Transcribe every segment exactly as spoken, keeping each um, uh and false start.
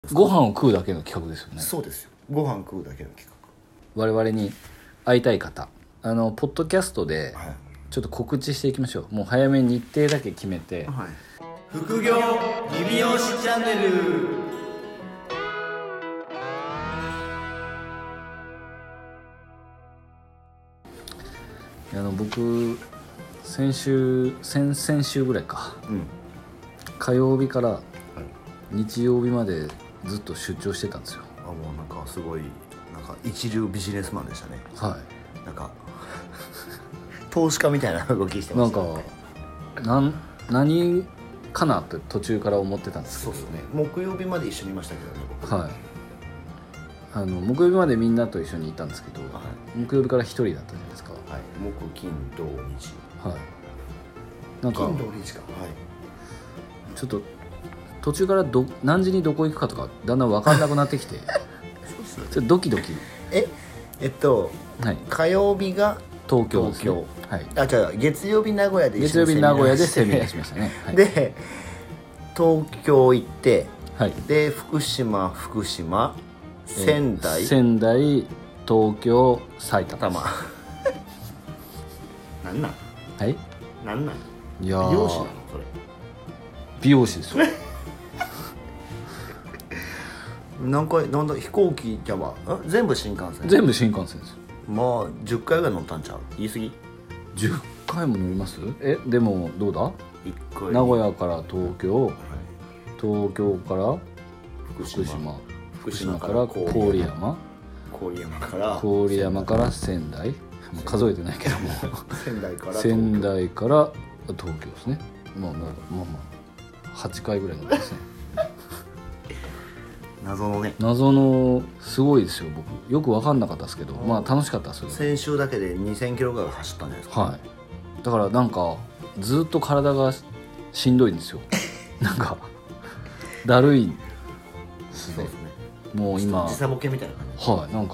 ご飯を食うだけの企画ですよね。 そうですよ、ご飯食うだけの企我々に会いたい方、あのポッドキャストで画。はい。 ちょっと告知していきましょう。もう早めに日程だけ決めて、 はい。 副業リビオシチャンネル。 あの僕先週先々週ぐらいか、 うん。 火曜日からはい。 日曜日までずっと出張してたんですよ。 あ、もうなんかすごいなんか一流ビジネスマンでしたね。 はなんか投資家みたいな動きしてい。なんましたね。 かなん何かなって途中から思ってたんですけどそうですね。木曜日まで一緒にいましたけどね、僕。 はい。あの木曜日までみんなと一緒にいたんですけど、 は木曜日から一人だったじゃないですか。 はい。木金土日。 はい。なんか金土日か。はい。 ちょっと途中からど何時にどこ行くかとかだんだん分かんなくなってきてちょっとドキドキ。 え、えっとはい。 火曜日が東京ですね。 東はい。 あ、違う、月曜日名古屋で一月曜緒に日名古屋でセセミナーミナーしましたね。はい。 で東京行ってはい。 で福島福島仙台、 えー仙台、東京、埼玉。 玉なんなんはい。 なんなんいやー美容師なのそれ。 美容師ですよ。 何回なんだ飛行機じゃあ全部新幹線全部新幹線ですよ。 まあじゅっかいぐらい乗ったんちゃう言い過ぎじゅっかいも乗ります？えでもどうだ？ いっかい名古屋から東京、 はい東京から福島福島、 福福島か島からら郡山、 郡山から郡山から仙台、もう数えてないけども仙台から仙台から東京ですね。まあまあまあまあはちかいぐらい乗ってますね。 謎のね謎のすごいですよ。僕よく分かんなかったですけど、まあ楽しかったですよ。 先週だけでにせんキロぐらい走ったんじゃないですか。 はい。だからなんかずっと体がしんどいんですよ。なんかだるいですね。 そうですね。 もう今時差ボケみたいな感じ。 はい、なんか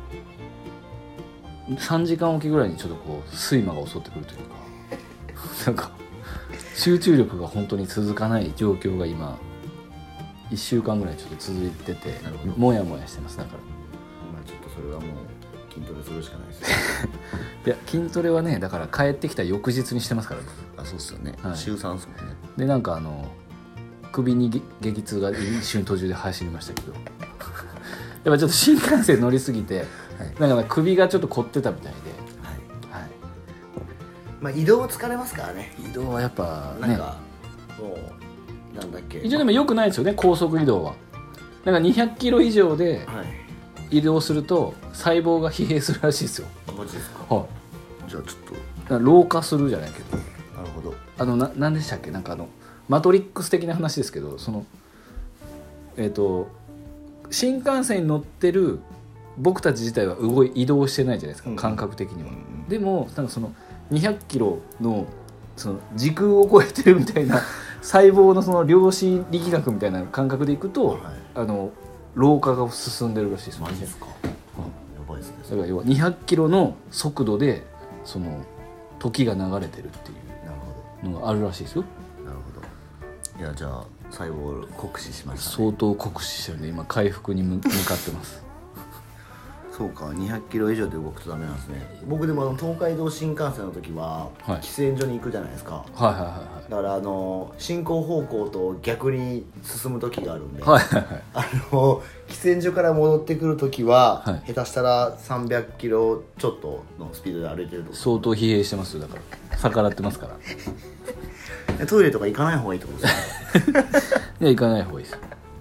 さんじかんおきぐらいにちょっとこう睡魔が襲ってくるというかなんか集中力が本当に続かない状況が今いっしゅうかんぐらいちょっと続いてて、 なるほどもやもやしてます。だからまあちょっとそれはもう筋トレするしかないですよ。 いや筋トレはね、だから帰ってきた翌日にしてますから。 あ、そうっすよね。 はい週さんですもんね。 でなんかあの首にげ激痛が一瞬途中で走りましたけどやっぱちょっと新幹線乗りすぎて、はい、なんか首がちょっと凝ってたみたいで、 はい。 はい、 まあ移動疲れますからね。 移動はやっぱねなんかもうなんだっけ。 一応でも良くないですよね、高速移動は。なんかにひゃくキロ以上ではい。 移動すると細胞が疲弊するらしいですよ。 あ、マジですか。 はじゃあちょっとい、だから老化するじゃないけど、 なるほど。 あのな何でしたっけ、なんかあのマトリックス的な話ですけど、そのえっ、と新幹線に乗ってる僕たち自体は動い移動してないじゃないですか、 うん感覚的には。 うんでもなんかそのにひゃくキロのその時空を超えてるみたいな細胞のその量子力学みたいな感覚でいくと、 はい。 あの老化が進んでるらしいですよね。 マジですか。やばいですね。 だから要はにひゃくキロの速度でその時が流れてるっていなるほうのがあるらしいですよ。 ど。なるほど。いやじゃあ細胞を酷使しましたね。 相当酷使してるんで今回復に向向かってますそうか、にひゃくキロ以上で動くとダメなんですね。僕でもあの東海道新幹線の時ははい喫煙所に行くじゃないですか。 はいはいはだからあの進行方向と逆に進む時があるんで、 いはいはいはいあの喫煙所から戻ってくる時は、 はい下手したらさんびゃくキロちょっとのスピードで歩いてると相当疲弊してますよ。だから逆らってますからトイレとか行かない方がいいってことですね。 いや行かない方がいいです。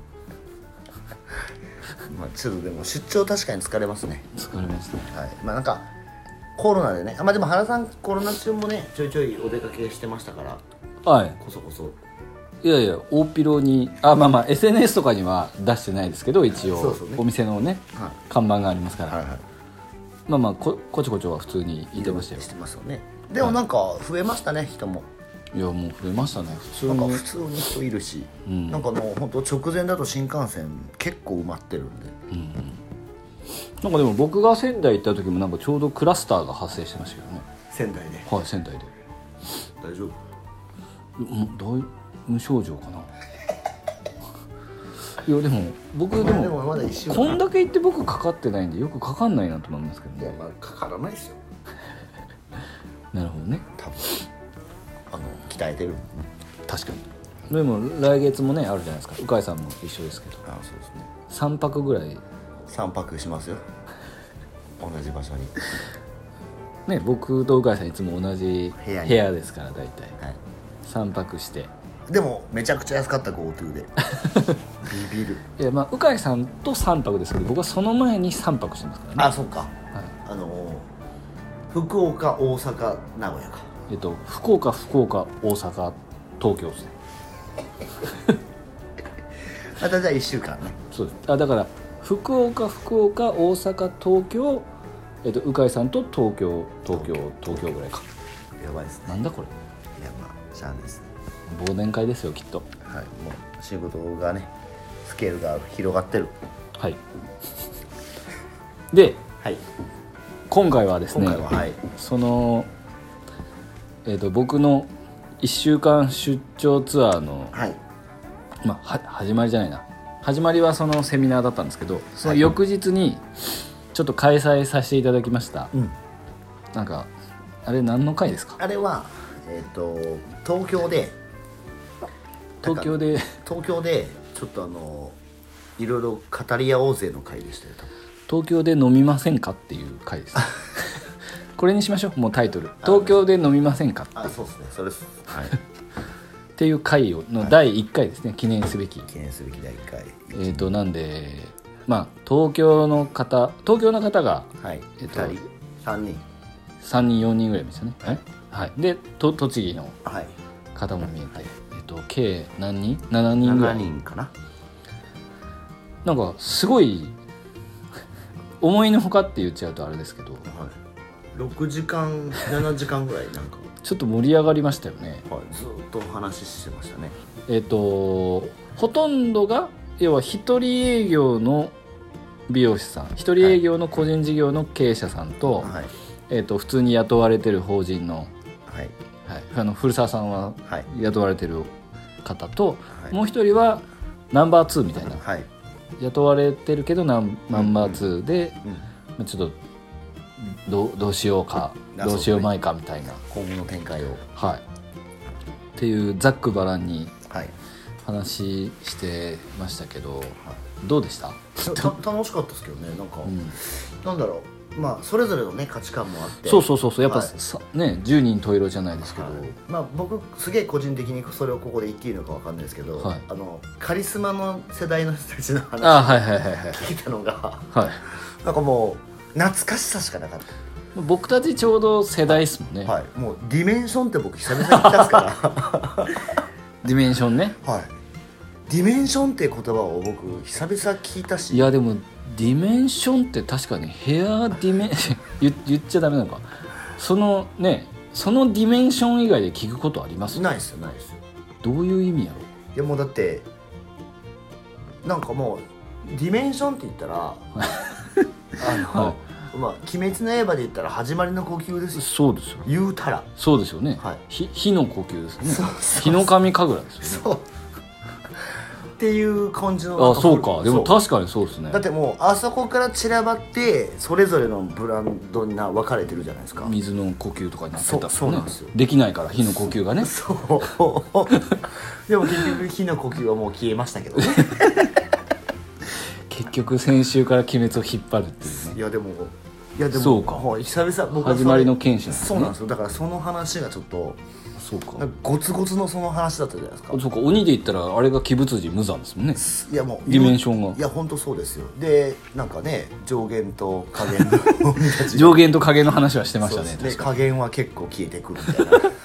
まあちょっとでも出張確かに疲れますね。 疲れますね。 はい。まあなんかコロナでね、あ、まあでも原さんコロナ中もねちょいちょいお出かけしてましたからはいこそこそ。 いやいや大っ広にあまあまあ エスエヌエス とかには出してないですけど一応そうそうねお店のねは看板がありますから、 いはいはい。 まあまあここちょこちょは普通にいてましたよ。 してますよね。でもなんか増えましたね、人も。 いやもう増えましたね普通なんかに。 普通に人いるし、 うんなんかもう本当直前だと新幹線結構埋まってるんで。 なんかでも僕が仙台行った時もなんかちょうどクラスターが発生してましたけどね。 仙台ではい仙台で。 大丈夫。 うん大無症状かな。 いやでも僕でもでもまだいっしゅうかんこんだけ言って僕かかってないんでよくかかんないなと思いますけどね。 いやまあかからないですよなるほどね。 多分あの鍛えてる。 確かに。でも来月もねあるじゃないですか。鵜飼さんも一緒ですけどあそうですね。 さんぱくぐらいさんぱくしますよ同じ場所に。 ね、僕と鵜飼さんいつも同じ部部屋に屋ですから大体はいさんぱくして。 でもめちゃくちゃ安かった GoTo でビビる。 いやまあ鵜飼さんとさんぱくですけど僕はその前にさんぱくしてますからね。 あそっかはい、 あの福岡大阪名古屋か。 えっと福岡福岡大阪東京ですね。 またじゃあいっしゅうかんね。 そうです。あだから福岡福岡大阪東京、えっと鵜飼さんと東京東京東京ぐらいか。 やばいですね。 なんだこれ。 いやまあしゃあないですね。 忘年会ですよきっと。 はいもう仕事がねスケールが広がってる。 はいではい今回はですね今回ははいその、えー、と僕のいっしゅうかん出張ツアーの、 はいまあ、は始まりじゃないな始まりはそのセミナーだったんですけどその翌日にちょっと開催させていただきました、 うんなんかあれ何の会ですか。 あれはえっ、と東京で東京で東京でちょっとあのいろいろ語り合おうぜの会でしたよ多分。 東京で飲みませんかっていう会ですこれにしましょう。もうタイトル東京で飲みませんかあそうですねそれですはいっていう会をのだいいっかいですね、記念すべき。 記念すべきだいいっかい。 えーとなんでまあ東京の方東京の方がはいえっとふたりさんにんさんにんよにんぐらいですよね。はい、はい、でと栃木のはい方も見えて、えっと計何人ななにんぐらしちい。 にんかな。 なんかすごい思いのほかって言っちゃうとあれですけどはいろくじかんななじかんぐらいなんか、 ちょっと盛り上がりましたよね。 はい、ずっとお話ししてましたね。 えっとほとんどが要は一人営業の美容師さん一人営業の個人事業の経営者さんと、 はいえっと普通に雇われてる法人の、 はいはい、あの古澤さんははい雇われてる方と、 はいもう一人はナンバーツーみたいなはい雇われてるけどナンナンバーツーで、 うんまあちょっとどうどうしようかあどうしようまいかみたいな、 今後の展開をはい、っていうざっくばらんにはい話してましたけど、どうでした？ た楽しかったですけどね。なんか、 うんなんだろうまあそれぞれのね価値観もあってそうそうそうそうやっぱ、 はいさねじゅうにん十色じゃないですけど、 はいまあ僕すげえ個人的にそれをここで言っていいのかわかんないですけど、 はいあのカリスマの世代の人たちの話あはいはいはいはい聞いたのがはいなんかもう懐かしさしかなかっ僕たちちょうど世代ですもんね、 た、はい、もうディメンションって僕久々に聞いたっすからディメンションね。 はいディメンションって言葉を僕久々聞いたしいやでもディメンションって確かにヘアディメン言, 言っちゃダメなのかそのねそのディメンション以外で聞くことあります？ ないっすよないっすよ。 どういう意味やろ。 いやもうだってなんかもうディメンションって言ったらあの、 はまあ「鬼滅の刃」で言ったら始まりの呼吸ですよそうですよ言うたらそうですよね、 はいひ火の呼吸ですよね。 そうそう火の神神楽ですよね。 そうっていう感じのあそうかでもそう確かにそうですね。 だってもうあそこから散らばってそれぞれのブランドにな分かれてるじゃないですか。 水の呼吸とかになってたんそうそうなんですよできないから火の呼吸がね。 そうでも結局火の呼吸はもう消えましたけどね結局先週から鬼滅を引っ張るっていうね。 いやでもいやでもそうかもう久々僕はそれ始まりの剣士なんですね。 そうなんですよ。だからその話がちょっとそうかなんかゴツゴツのその話だったじゃないですか。 そうか鬼で言ったらあれが鬼仏寺無惨ですもんね。 いやもうディメンションがいや本当そうですよ。でなんかね上限と下限の鬼たちが上限と影の話はしてましたね。 そうです確かで下限は結構消えてくるみたいなに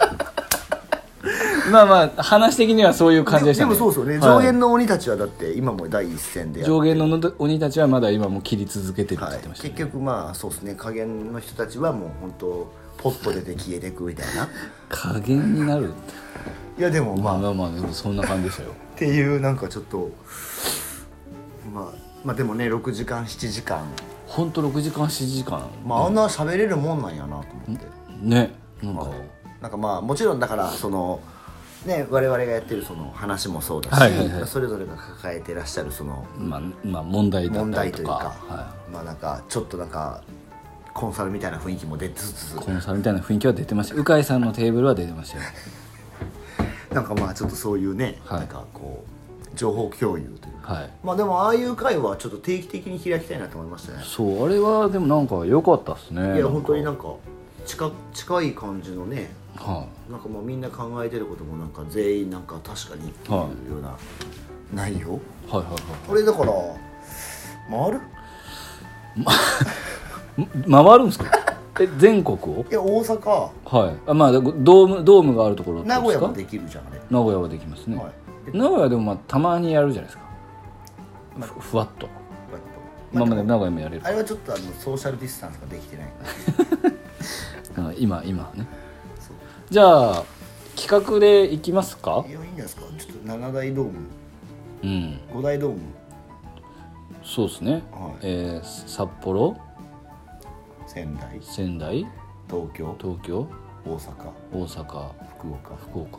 まあまあ話的にはそういう感じでしたね。 でもそうですよね、 はい上限の鬼たちはだって今も第一線でやって上限の鬼たちはまだ今も切り続けてるってはい言ってましたね。 結局まあそうですね下限の人たちはもう本当ポッと出て消えてくみたいな加減になるっていやでもまあ、っまあまあまあでもそんな感じでしたよ。 ていうなんかちょっとまあまあでもねろくじかんしちじかんほんとろくじかんしちじかんまああんな喋れるもんなんやなと思って、 ねなんか、 なんかまあもちろんだからそのね我々がやってるその話もそうだし、 はいはいはい、 それぞれが抱えてらっしゃるその、 まあ、まあ問題だ問ったりとか題というか、 はまあなんかちょっとなんかコンサルみたいな雰囲気も出つつ、 コンサルみたいな雰囲気は出てました。鵜飼さんのテーブルは出てましたよ。 なんかまあちょっとそういうね、 はい、 なんかこう情報共有というか、 はい、 まあでもああいう会はちょっと定期的に開きたいなと思いましたね。 そうあれはでもなんか良かったっすね。 いや本当になんか近近い感じのね、 はあ、なんかもうみんな考えてることもなんか全員なんか確かにっていうような内容、 はいはいはい、 これだから回る、 ま、回るんですかえ全国を。 いや大阪、 はい、あまあドームドームがあるところですか。 名古屋もできるじゃんあれ。 名古屋はできますね、 はい、 名古屋でもまあたまにやるじゃないですか、 まあ、 ふ, ふわっと、 まあ、 まあ、まあ名古屋もやれる。 あれはちょっとあのソーシャルディスタンスができてないうん今今ね。 そうじゃあ企画でいきますか。 いやいいんじゃないですか。ちょっとなな大ドーム、 うん、 ご大ドーム、 そうですね、 はい、 えー、札幌、 仙台、 仙台、 東京、 東京、 大阪、 大阪、 福岡、 福岡。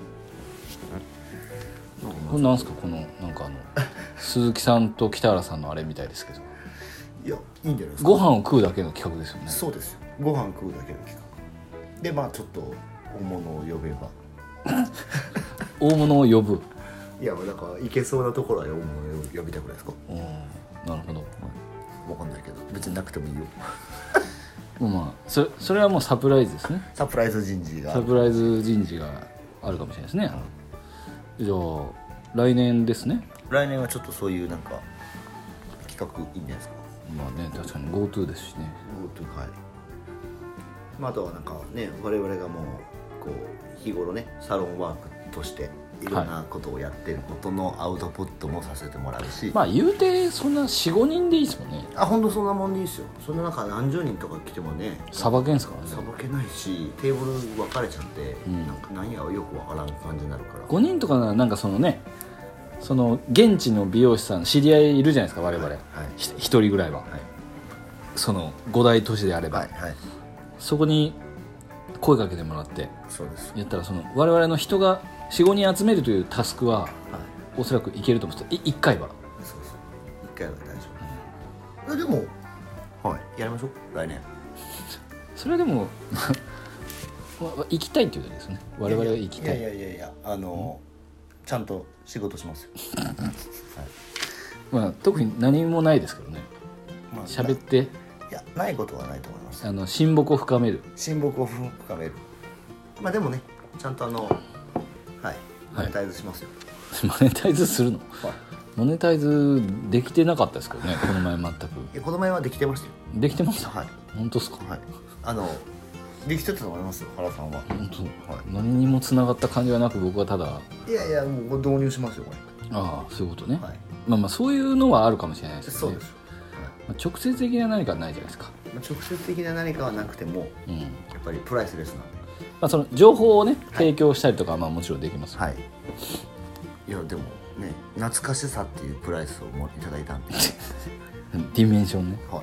これなんすかこのなんかあの鈴木さんと北原さんのあれみたいですけど。 いやいいんじゃないですか。 ご飯を食うだけの企画ですよね。 そうですよ。ご飯食うだけの企画で、まあちょっと大物を呼べば大物を呼ぶ。 いやなんかいけそうなところは大物を呼びたくないですか。 うん、なるほど。 分かんないけど別になくてもいいよもうまあそ, それはもうサプライズですね。 サプライズ人事がサプライズ人事があるかもしれないですね、うん、じゃあ来年ですね。 来年はちょっとそういうなんか企画いいんじゃないですか。 まあね確かに GoTo ですしね。 GoTo はい、まあ、あとはなんかね我々がもうこう日頃ねサロンワークとしていろんなことをやってることのアウトプットもさせてもらうし、 まあ言うてそんな よん,ご 人でいいですもんね。 あ本当そんなもんでいいですよ。そんな中何十人とか来てもねさばけんすからね。 さばけないしテーブル分かれちゃって、 うん、 なんか何やよくわからん感じになるから。 ごにんとかならなんかそのねその現地の美容師さん知り合いいるじゃないですか我々、はいはい、ひとりぐらいは、はい、そのご大都市であれば、はいはい、そこに声かけてもらってそうですやったらその我々の人が よん,ご 人集めるというタスクは、はい、おそらくいけると思うんです。いっかいはそうそういっかいは大丈夫、うん、でもはいやりましょう来年それはでも行きたいっていうことですね。我々は行きたい。 いやいやいやいやあの、うん、ちゃんと仕事しますよ、はいまあ、特に何もないですけどね。喋、まあ、っていやないことはないと思います。 あの親睦を深める親睦を深める。まあでもねちゃんとあのはいモネタイズしますよ、 はい、モネタイズするの、はい、モネタイズできてなかったですけどねこの前全く。いやこの前はできてましたよ。 できてました。 はい本当ですか。 はいあのできてたと思いますよ原さんは。 本当、はい、何にもつながった感じはなく僕はただいやいやもう導入しますよこれ。 ああそういうことね、はい、まあまあそういうのはあるかもしれないですね。 そうです、はいまあ、直接的な何かはないじゃないですか。 まあ、直接的な何かはなくても、うん、やっぱりプライスレスなんで、 まあ、その情報をね提供したりとかはまあもちろんできます。 はいいやでもね懐かしさっていうプライスをもいただいたんでディメンションね。 はい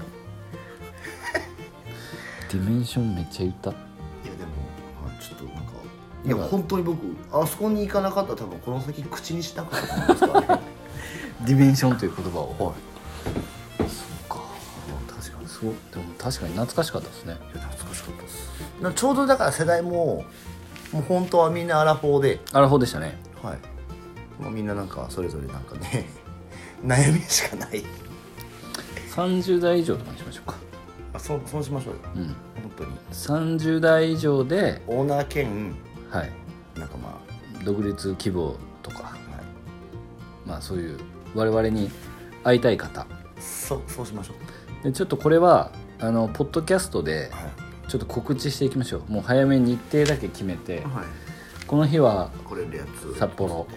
ディメンションめっちゃ言った。いやでも、はい、ちょっとなんかいや本当に僕あそこに行かなかったら多分この先口にしなかったと思いますからねディメンションという言葉を。 はいそうか確かにそう。でも確かに懐かしかったですね。 いや懐かしかったです。ちょうどだから世代ももう本当はみんなアラフォーでアラフォーでしたね。 はいもうみんななんかそれぞれなんかね悩みしかないさんじゅう代以上とかにしましょうか。 あそうそうしましょうよ、うん、本当にさんじゅう代以上でオーナー兼はいなんかまあ独立希望とか、はい、まあそういう我々に会いたい方そうそうしましょうでちょっとこれはあのポッドキャストでちょっと告知していきましょう。もう早めに日程だけ決めて、はい、この日は札幌、はい、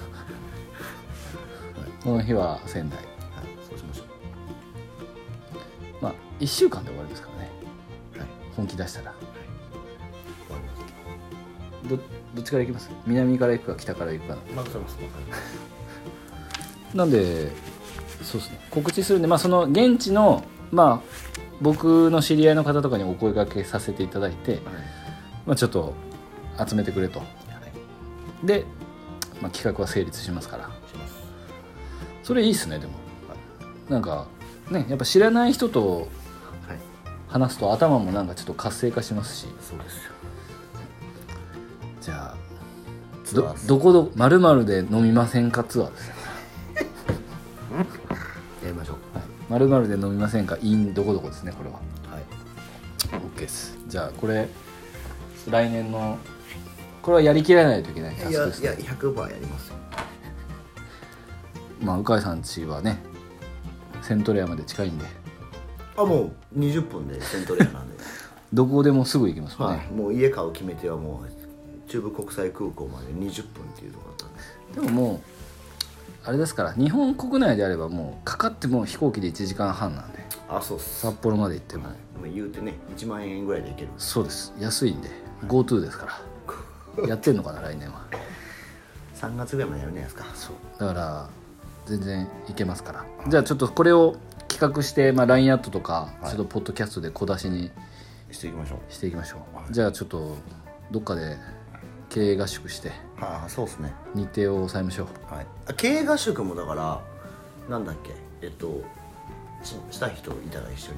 この日は仙台、はい、 そうしましょう。 まあいっしゅうかんで終わりですからね、はい、本気出したら、はい、ど, どっちから行きます？南から行くか北から行くかな。なんでそうですね告知するんで、まあ、その現地のまあ僕の知り合いの方とかにお声掛けさせていただいて、はいまあ、ちょっと集めてくれと、はい、 で、まあ、企画は成立しますから。それいいっすね。でも、はい、なんかね、やっぱ知らない人と話すと頭もなんかちょっと活性化しますし。 そうですよ。 じゃあ ど, どこど〇〇で飲みませんかツアーですね。 やりましょう。 〇〇で飲みませんか in どこどこですね、これは。 はい。 OK です。じゃあこれ来年のこれはやりきらないといけないタスクですね。 いやいやひゃくばんやりますよ。 まあ鵜飼さん家はねセントレアまで近いんで。 あ、もうにじゅっぷんでセントレアなんでどこでもすぐ行きますもんね、 はい、もう家買う決め手はもう中部国際空港までにじゅっぷんっていうところだったんで。 でももうあれですから、日本国内であればもうかかっても飛行機でいちじかんはんなんで。 あ、そうっす。 札幌まで行っても、 はい、言うてねいちまんえんぐらいで行ける。 そうです。安いんで GoTo ですからやってんのかな来年は。 さんがつぐらいまでやるんじゃないですか。 そうだから全然いけますから。じゃあちょっとこれを企画して、まあ、ライン アットとか、はい、ちょっとポッドキャストで小出しにしていきましょうしていきましょう、 はい、 じゃあちょっとどっかで経営合宿してああそうですね、 日程を抑えましょう、 はい、経営合宿もだからなんだっけえっと し, した人いたら一緒に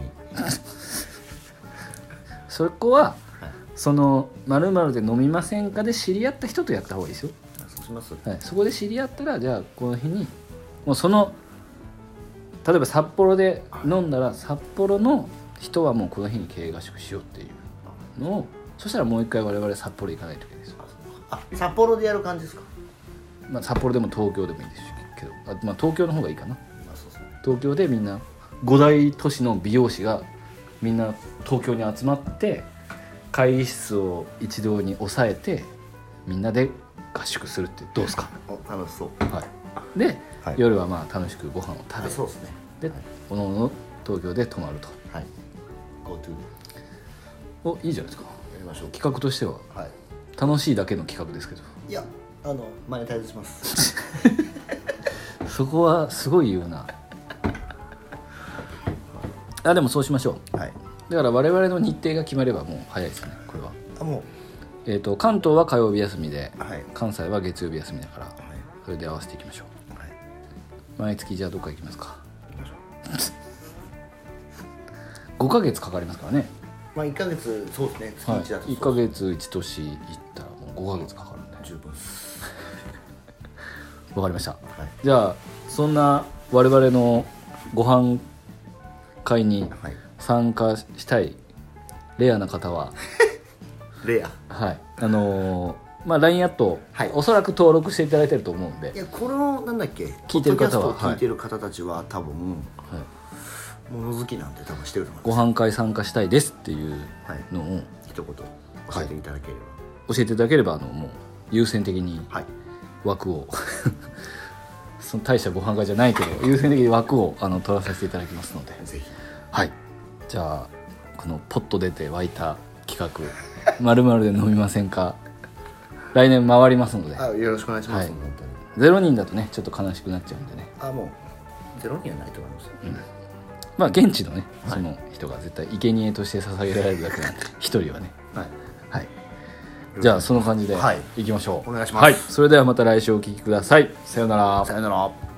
そこは、はい、その〇〇で飲みませんかで知り合った人とやった方がいいですよ。 そうします、 はい、そこで知り合ったらじゃあこの日にもうその例えば札幌で飲んだら札幌の人はもうこの日に経営合宿しようっていうのを、そしたらもう一回我々札幌行かないといけないですよ。 あ、札幌でやる感じですか。 まあ、札幌でも東京でもいいですけど、あ、まあ、東京の方がいいかな。 あ、そうそう、 東京でみんな五大都市の美容師がみんな東京に集まって会議室を一堂に抑えてみんなで合宿するってどうですか。 楽しそう、 はい、で、はい、夜はまあ楽しくご飯を食べそうですね。 で、はい、おのおの東京で泊まると。 はい。GoTo。 お、いいじゃないですか。 やりましょう。 企画としては、はい、楽しいだけの企画ですけど。 いや、あのマネタイズします。 そこはすごい言うな。あ、でもそうしましょう。はい。だから我々の日程が決まればもう早いですね。これは。あ、もう。えっと関東は火曜日休みで、はい、関西は月曜日休みだから、はい、それで合わせていきましょう。はい、毎月じゃあどっか行きますか。行きましょう。ごかげつかかりますからね。 まあいっかげつ、そうですね。月いちだと、はい、 いっかげついち年行ったらもうごかげつかかるんで十分。 わかりました。はい、じゃあそんな我々のご飯会に参加したいレアな方はレア、 はい、あのー、まあ ライン アット、はい、おそらく登録していただいてると思うんで、 いやこのなんだっけ聞いてる方は聞いてる方たちは多分、はい、物好きなんで多分してると思います。 ご飯会参加したいですっていうのを、はい、 一言教えていただければ、 はい、教えていただければあのもう優先的に枠を、はい、その大したご飯会じゃないけど優先的に枠をあの取らさせていただきますので、 ぜひ、 はい、じゃあこのポッと出て湧いた企画〇〇で飲みませんか来年回りますので、 あ、よろしくお願いします、はい、 本当にゼロにんだとねちょっと悲しくなっちゃうんでね。 あ、もうゼロにんはないと思います、うん、 まあ現地のねその人が絶対生贄として捧げられるだけなんで一人はね、はい、はい、じゃあその感じでいきましょう、 はい、お願いします、 はい、それではまた来週お聞きください。さよなら。 さよなら。